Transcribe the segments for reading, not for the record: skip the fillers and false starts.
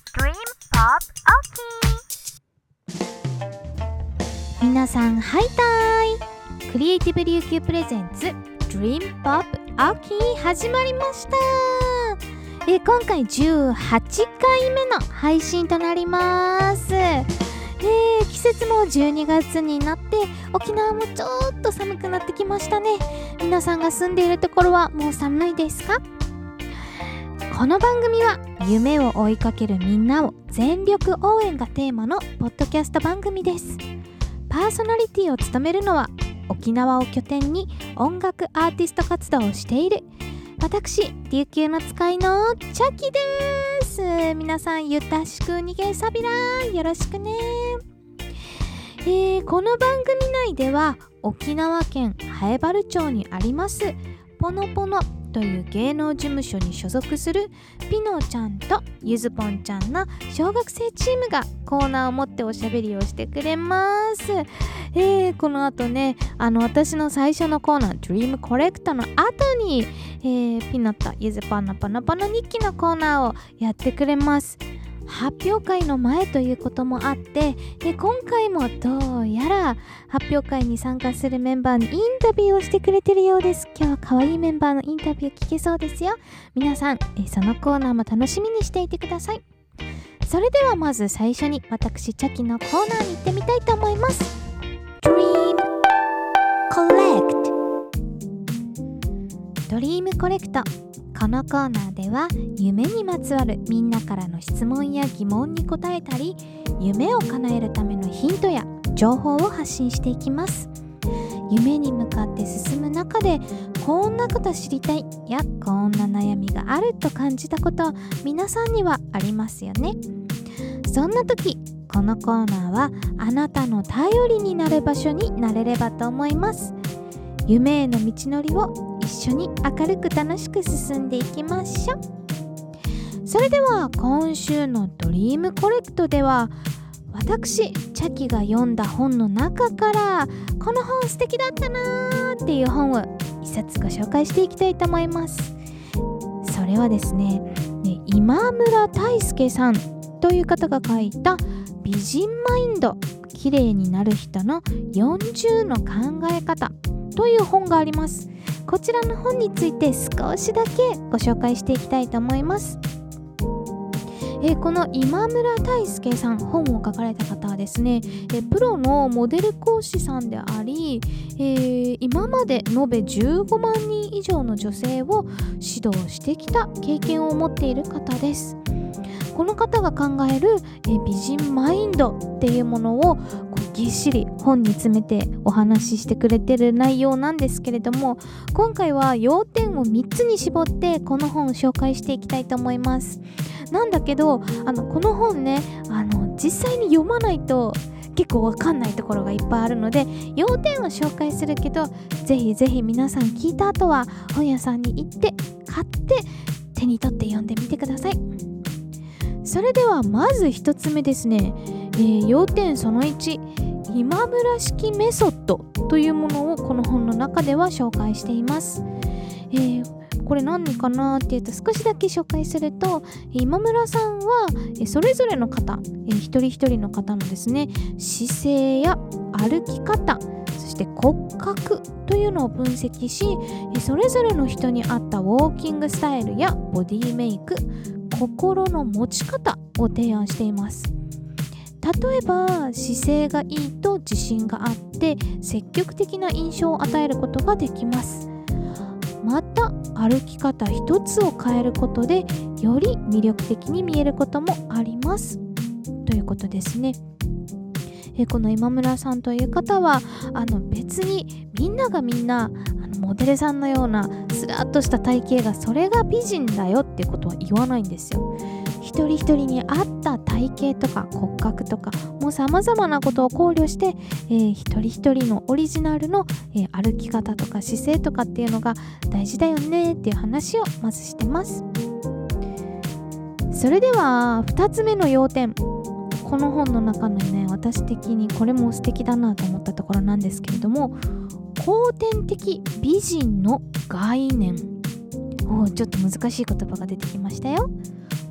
Dream Pop OK。 皆さんハイタイ、クリエイティブ琉球プレゼンツ Dream Pop OK 始まりました。今回18回目の配信となります。季節も12月になって沖縄もちょっと寒くなってきましたね。皆さんが住んでいるところはもう寒いですか？この番組は夢を追いかけるみんなを全力応援がテーマのポッドキャスト番組です。パーソナリティを務めるのは沖縄を拠点に音楽アーティスト活動をしている私、琉球の使いのチャキです。皆さんゆたしく逃げさびらよろしくね。この番組内では沖縄県南風原町にありますポノポノという芸能事務所に所属するピノちゃんとゆずぽんちゃんの小学生チームがコーナーを持っておしゃべりをしてくれます。この後ね、私の最初のコーナー Dream Collect の後に、ピノとゆずぽんのポノポノ日記のコーナーをやってくれます。発表会の前ということもあって、今回もどうやら発表会に参加するメンバーにインタビューをしてくれてるようです。今日は可愛いメンバーのインタビュー聞けそうですよ。皆さん、そのコーナーも楽しみにしていてください。それではまず最初に私チャキのコーナーに行ってみたいと思います。 Dream Collect ドリームコレクト。このコーナーでは夢にまつわるみんなからの質問や疑問に答えたり、夢を叶えるためのヒントや情報を発信していきます。夢に向かって進む中でこんなこと知りたいやこんな悩みがあると感じたこと皆さんにはありますよね。そんな時このコーナーはあなたの頼りになる場所になれればと思います。夢への道のりを一緒に明るく楽しく進んでいきましょう。それでは今週のドリームコレクトでは私チャキが読んだ本の中からこの本素敵だったなーっていう本を一冊ご紹介していきたいと思います。それはですね、今村大輔さんという方が書いた美人マインド綺麗になる人の40の考え方という本があります。こちらの本について少しだけご紹介していきたいと思います。この今村大輔さん、本を書かれた方はですね、プロのモデル講師さんであり、今まで延べ15万人以上の女性を指導してきた経験を持っている方です。この方が考える美人マインドっていうものをぎっしり本に詰めてお話ししてくれてる内容なんですけれども、今回は要点を3つに絞ってこの本を紹介していきたいと思います。なんだけどこの本ね、実際に読まないと結構わかんないところがいっぱいあるので要点は紹介するけど、ぜひぜひ皆さん聞いた後は本屋さんに行って買って手に取って読んでみてください。それではまず1つ目ですね、要点その1、今村式メソッドというものをこの本の中では紹介しています。これ何かなっていうと少しだけ紹介すると、今村さんはそれぞれの方、一人一人の方のですね姿勢や歩き方、そして骨格というのを分析し、それぞれの人に合ったウォーキングスタイルやボディメイク、心の持ち方を提案しています。例えば姿勢がいいと自信があって積極的な印象を与えることができます。また歩き方一つを変えることでより魅力的に見えることもありますということですね。この今村さんという方は別にみんながみんなモデルさんのようなスラッとした体型がそれが美人だよってことは言わないんですよ。一人一人に合った体型とか骨格とかもう様々なことを考慮して、一人一人のオリジナルの、歩き方とか姿勢とかっていうのが大事だよねっていう話をまずしてます。それでは2つ目の要点、この本の中のね、私的にこれも素敵だなと思ったところなんですけれども、後天的美人の概念。ちょっと難しい言葉が出てきましたよ。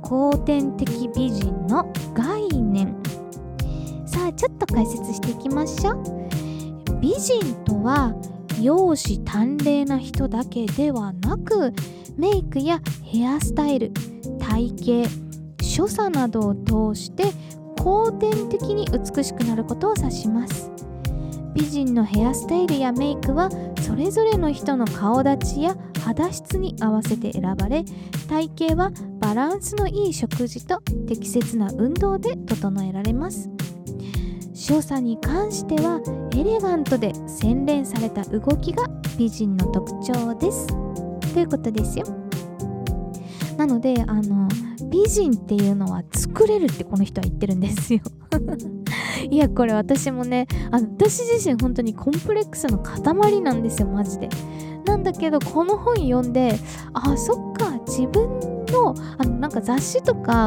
後天的美人の概念。さあちょっと解説していきましょう。美人とは容姿端麗な人だけではなく、メイクやヘアスタイル、体型、所作などを通して後天的に美しくなることを指します。美人のヘアスタイルやメイクはそれぞれの人の顔立ちや肌質に合わせて選ばれ、体型はバランスのいい食事と適切な運動で整えられます。所作に関してはエレガントで洗練された動きが美人の特徴ですということですよ。なので美人っていうのは作れるってこの人は言ってるんですよいやこれ私もね私自身本当にコンプレックスの塊なんですよ、マジで。なんだけどこの本読んでそっか、自分のなんか雑誌とか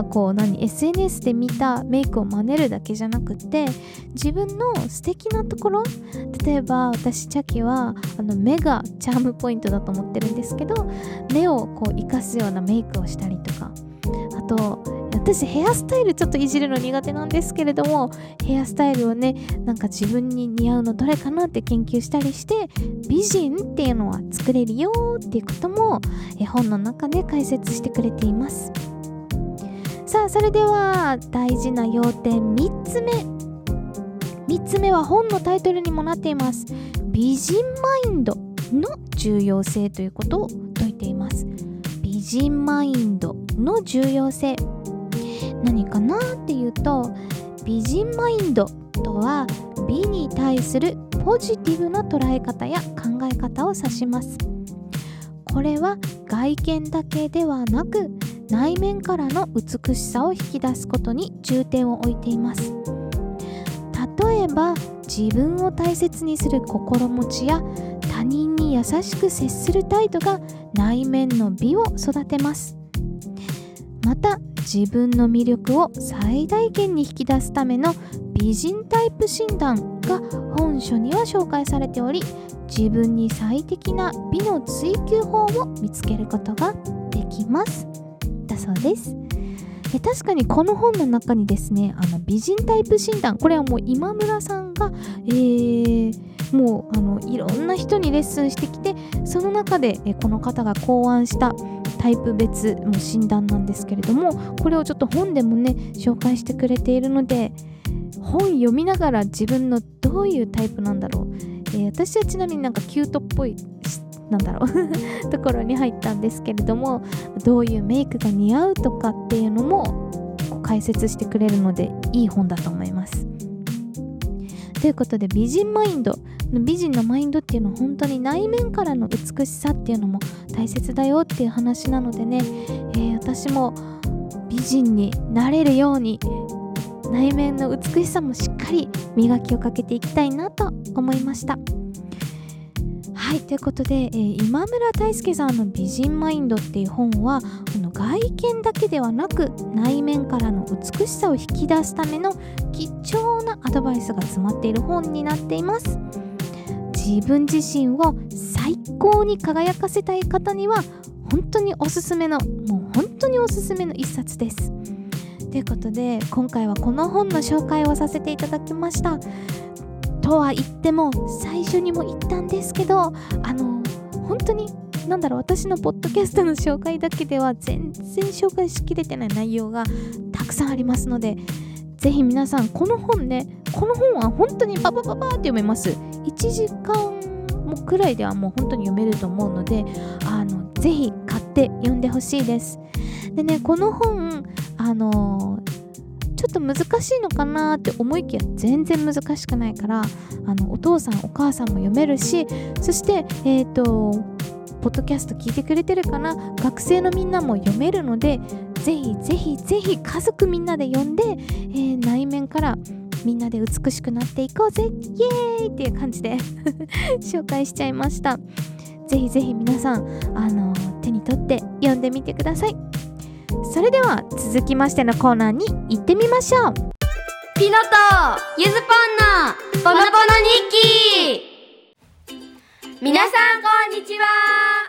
SNS で見たメイクを真似るだけじゃなくて、自分の素敵なところ、例えば私チャキは目がチャームポイントだと思ってるんですけど、目を生かすようなメイクをしたりとか、あと私ヘアスタイルちょっといじるの苦手なんですけれども、ヘアスタイルをねなんか自分に似合うのどれかなって研究したりして、美人っていうのは作れるよっていうことも本の中で解説してくれています。さあそれでは大事な要点3つ目は本のタイトルにもなっています。美人マインドの重要性ということを説いています。美人マインドの重要性、何かなっていうと、美人マインドとは美に対するポジティブな捉え方や考え方を指します。これは外見だけではなく内面からの美しさを引き出すことに重点を置いています。例えば自分を大切にする心持ちや他人に優しく接する態度が内面の美を育てます。また自分の魅力を最大限に引き出すための美人タイプ診断が本書には紹介されており、自分に最適な美の追求法を見つけることができますだそうです。確かにこの本の中にですね、美人タイプ診断、これはもう今村さんが、もういろんな人にレッスンしてきて、その中でこの方が考案したタイプ別の診断なんですけれども、これをちょっと本でもね紹介してくれているので、本読みながら自分のどういうタイプなんだろう、私はちなみになんかキュートっぽいところに入ったんですけれども、どういうメイクが似合うとかっていうのも解説してくれるのでいい本だと思います。ということで美人マインド、美人のマインドっていうのは本当に内面からの美しさっていうのも大切だよっていう話なのでね、私も美人になれるように内面の美しさもしっかり磨きをかけていきたいなと思いました。はい、ということで、今村大輔さんの美人マインドっていう本は外見だけではなく内面からの美しさを引き出すための貴重なアドバイスが詰まっている本になっています。自分自身を最高に輝かせたい方には本当におすすめの一冊です。ということで今回はこの本の紹介をさせていただきました。とは言っても最初にも言ったんですけど、本当に私のポッドキャストの紹介だけでは全然紹介しきれてない内容がたくさんありますので、ぜひ皆さんこの本は本当にパパパパって読めます。1時間もくらいではもう本当に読めると思うので、ぜひ買って読んでほしいです。でね、この本ちょっと難しいのかなって思いきや全然難しくないから、お父さんお母さんも読めるし、そしてポッドキャスト聞いてくれてるかな、学生のみんなも読めるので、ぜひぜひぜひ家族みんなで読んで、内面からみんなで美しくなっていこうぜイエーイっていう感じで紹介しちゃいました。ぜひぜひ皆さん手に取って読んでみてください。それでは続きましてのコーナーに行ってみましょう。 ピノとゆずぽんのボノボノ日記。皆さんこんにちは。この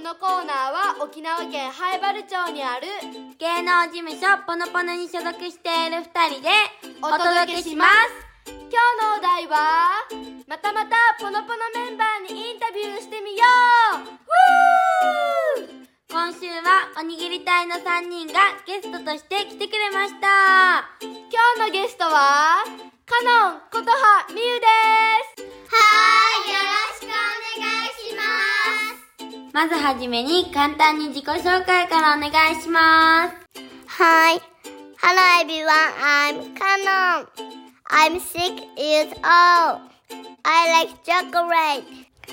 のコーナーは沖縄県南風原町にある芸能事務所ポノポノに所属している2人でお届けします。今日のお題はまたまたポノポノメンバーにインタビューしてみよう。 今週はおにぎり隊の3人がゲストとして来てくれました。 今日のゲストはカノン琴葉みゆです。 はい、よろしくお願いします。 まずはじめに簡単に自己紹介からお願いします。 Hi, hello everyone, I'm Kanon. I'm 6 years old. I like chocolate.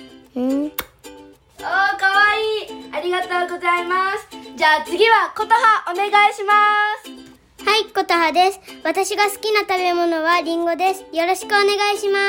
かわいい。ありがとうございます。じゃあ次は琴葉お願いします。 はい、琴葉です。私が好きな食べ物はリンゴです。よろしくお願いします。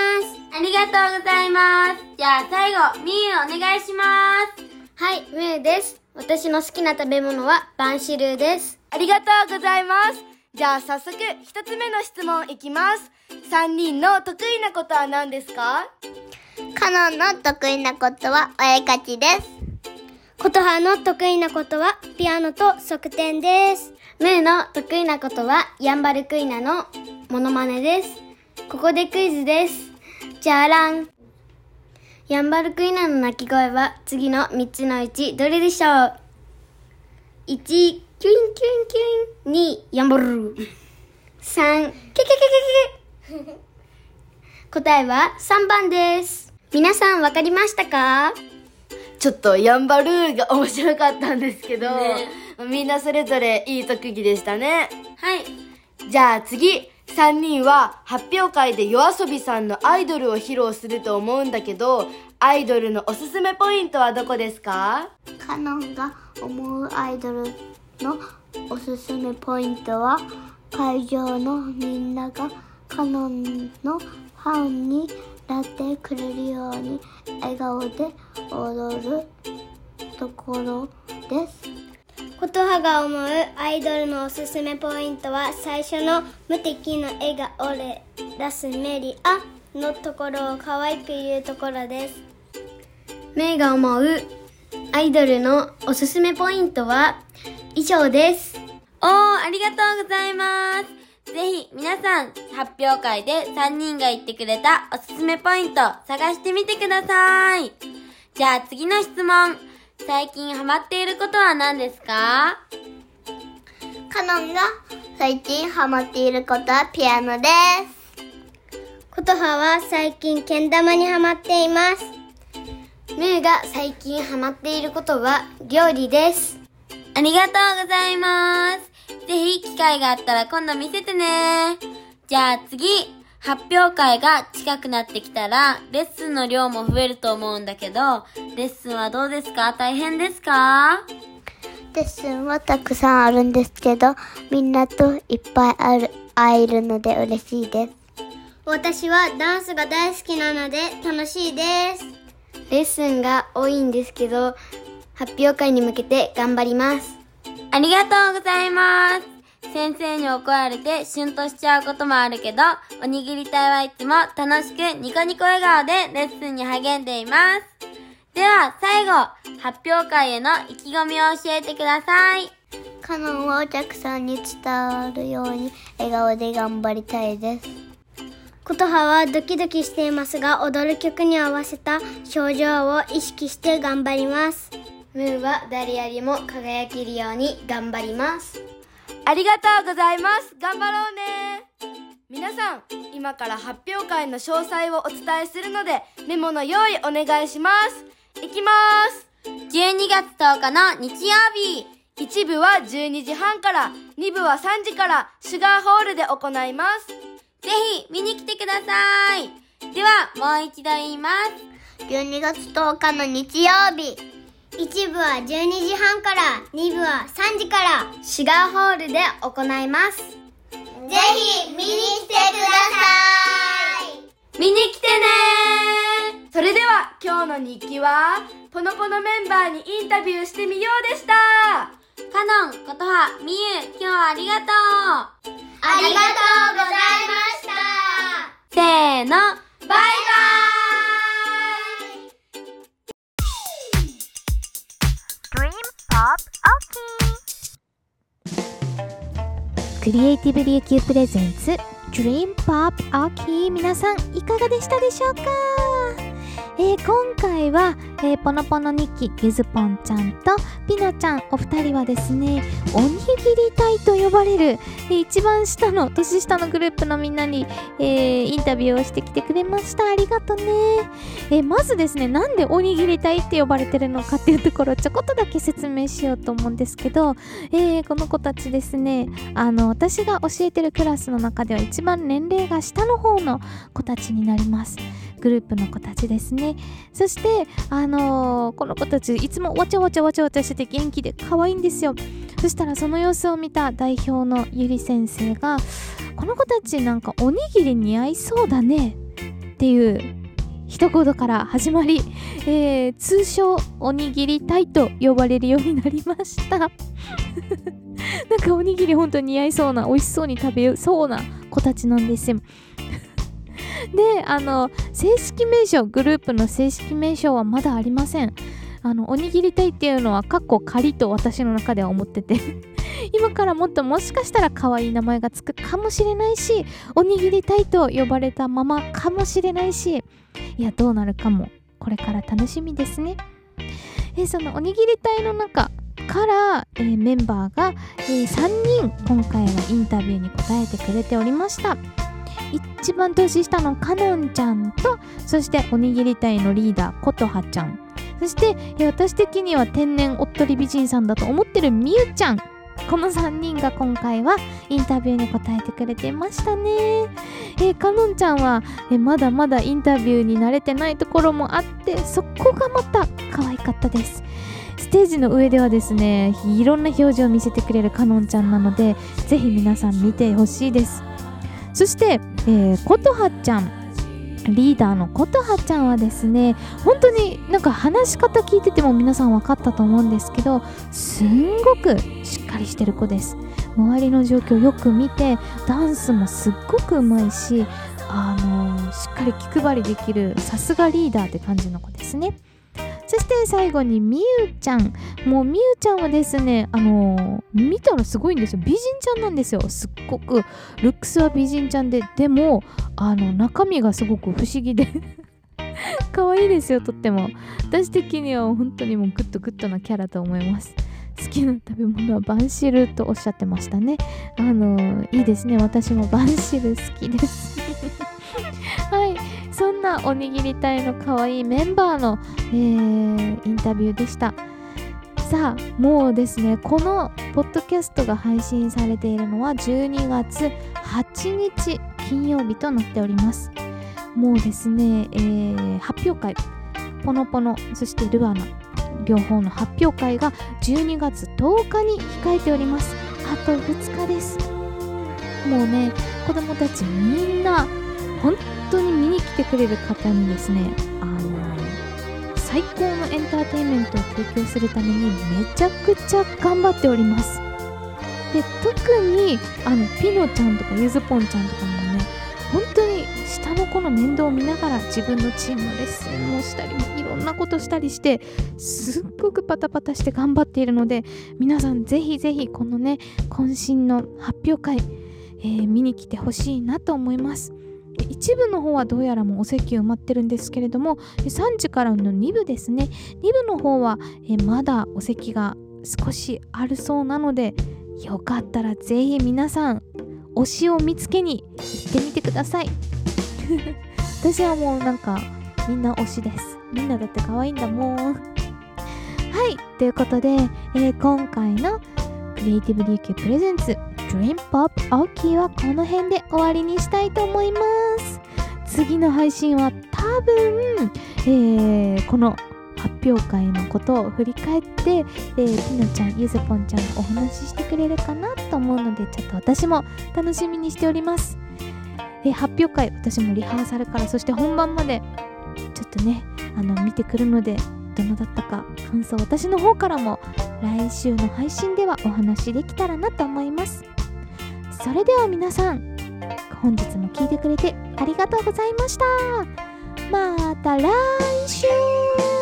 ありがとうございます。じゃあ最後、みゆお願いします。 はい、みゆです。私の好きな食べ物はバンシルーです。 ありがとうございます。じゃあ早速一つ目の質問いきます。3人の得意なことは何ですか？ カノンの得意なことはお絵かきです。琴葉の得意なことはピアノと側転です。ムーの得意なことはヤンバルクイナのモノマネです。ここでクイズです。じゃらん。ヤンバルクイナの鳴き声は次の3つのうちどれでしょう？ 1、キュインキュインキュイン。2、ヤンバル。3、キュキュキュキュキュ。答えは3番です。皆さんわかりましたか？ ちょっとヤンバルーが面白かったんですけど、 ね、 みんなそれぞれいい特技でしたね。 はい。 じゃあ次、3人は発表会でYOASOBIさんのアイドルを披露すると思うんだけど、アイドルのおすすめポイントはどこですか？ カノンが思うアイドルのおすすめポイントは、会場のみんながカノンのファンになってくれるように笑顔で踊るところです。琴葉が思うアイドルのおすすめポイントは、最初の無敵の笑顔で出すメリアのところを可愛く言うところです。メイが思うアイドルのおすすめポイントは以上です。 ありがとうございます。ぜひ皆さん発表会で3人が言ってくれたおすすめポイント探してみてください。じゃあ次の質問。最近ハマっていることは何ですか？ カノンが最近ハマっていることはピアノです。琴葉は最近けん玉にハマっています。ムーが最近ハマっていることは料理です。 ありがとうございます。ぜひ機会があったら今度見せてね。じゃあ次、発表会が近くなってきたらレッスンの量も増えると思うんだけど、レッスンはどうですか？大変ですか？ レッスンはたくさんあるんですけど、みんなといっぱい会えるので嬉しいです。私はダンスが大好きなので楽しいです。レッスンが多いんですけど、発表会に向けて頑張ります。 ありがとうございます。先生に怒られてシュンとしちゃうこともあるけど、おにぎり隊はいつも楽しくニコニコ笑顔でレッスンに励んでいます。では最後、発表会への意気込みを教えてください。 カノンはお客さんに伝わるように笑顔で頑張りたいです。琴葉はドキドキしていますが、踊る曲に合わせた表情を意識して頑張ります。ムーは誰よりも輝けるように頑張ります。 ありがとうございます。頑張ろうね。皆さん、今から発表会の詳細をお伝えするので、メモの用意お願いします。いきます。 12月10日の日曜日。 1部は12時半から、2部は3時からシュガーホールで行います。 ぜひ見に来てください。では、もう一度言います。 12月10日の日曜日。1部は12時半から、2部は3時からシュガーホールで行います。ぜひ見に来てください。 見に来てねー。それでは今日の日記はポノポノメンバーにインタビューしてみようでした。 カノン、琴葉、みゆ、今日はありがとう。 ありがとうございました。 せーの、バイバイ。 クリエイティブ琉球プレゼンツ Dream Pop Aki、 皆さんいかがでしたでしょうか。今回は、ポノポノ2期ゆずぽんちゃんとピノちゃんお二人はですね、おにぎり隊と呼ばれる、一番下の年下のグループのみんなに、インタビューをしてきてくれました。ありがとね。まずですね、なんでおにぎり隊って呼ばれてるのかっていうところをちょこっとだけ説明しようと思うんですけど、この子たちですね、私が教えてるクラスの中では一番年齢が下の方の子たちになります。グループの子たちですね。そしてこの子たちいつもわちゃわちゃしてて元気で可愛いんですよ。そしたらその様子を見た代表のゆり先生が、この子たちなんかおにぎり似合いそうだねっていう一言から始まり、通称おにぎり隊と呼ばれるようになりましたなんかおにぎりほんと似合いそうな、美味しそうに食べそうな子たちなんですよ。で、正式名称、グループの正式名称はまだありません。おにぎり隊っていうのはかっこ仮と私の中では思ってて今からもっともしかしたら可愛い名前がつくかもしれないし、おにぎり隊と呼ばれたままかもしれないし、いやどうなるかもこれから楽しみですね。そのおにぎり隊の中から、メンバーが、3人今回はインタビューに答えてくれておりました。一番年下のかのんちゃんと、そしておにぎり隊のリーダーことはちゃん、そして私的には天然おっとり美人さんだと思ってるみゆちゃん、この3人が今回はインタビューに答えてくれていましたね。かのんちゃんはまだまだインタビューに慣れてないところもあって、そこがまた可愛かったです。ステージの上ではですね、いろんな表情を見せてくれるかのんちゃんなので、ぜひ皆さん見てほしいです。そして、ことはちゃん、リーダーのことはちゃんはですね、本当になんか話し方聞いてても皆さん分かったと思うんですけど、すんごくしっかりしてる子です。周りの状況をよく見て、ダンスもすっごくうまいし、しっかり気配りできる、さすがリーダーって感じの子ですね。そして最後にみゆちゃん。もうみゆちゃんはですね、見たらすごいんですよ。美人ちゃんなんですよ。すっごくルックスは美人ちゃんで、でも中身がすごく不思議で可愛いですよ、とっても。私的には本当にもうグッドなキャラと思います。好きな食べ物はバンシルとおっしゃってましたね。いいですね。私もバンシル好きですはい、そんなおにぎり隊の可愛いメンバーの、インタビューでした。さあ、もうですね、このポッドキャストが配信されているのは12月8日金曜日となっております。もうですね、発表会、ポノポノそしてルアナ両方の発表会が12月10日に控えております。あと2日です。もうね、子供たちみんな本当に見に来てくれる方にですね、最高のエンターテインメントを提供するためにめちゃくちゃ頑張っております。で、特にピノちゃんとかゆずぽんちゃんとかもね、本当に下の子の面倒を見ながら自分のチームのレッスンもしたり、いろんなことしたりして、すっごくパタパタして頑張っているので、皆さんぜひぜひこのね、渾身の発表会、見に来てほしいなと思います。一部の方はどうやらもうお席埋まってるんですけれども、3時からの2部ですね、2部の方はまだお席が少しあるそうなので、よかったらぜひ皆さん推しを見つけに行ってみてください私はもうなんかみんな推しです。みんなだって可愛いんだもんはい、ということで、今回のクリエイティブ琉球プレゼンツDream Pop Aki はこの辺で終わりにしたいと思います。次の配信は多分、この発表会のことを振り返って、ピノちゃん、ゆずぽんちゃんがお話ししてくれるかなと思うので、ちょっと私も楽しみにしております。発表会、私もリハーサルからそして本番までちょっとね見てくるので、どのだったか感想、私の方からも来週の配信ではお話できたらなと思います。それでは皆さん、本日も聞いてくれてありがとうございました。また来週。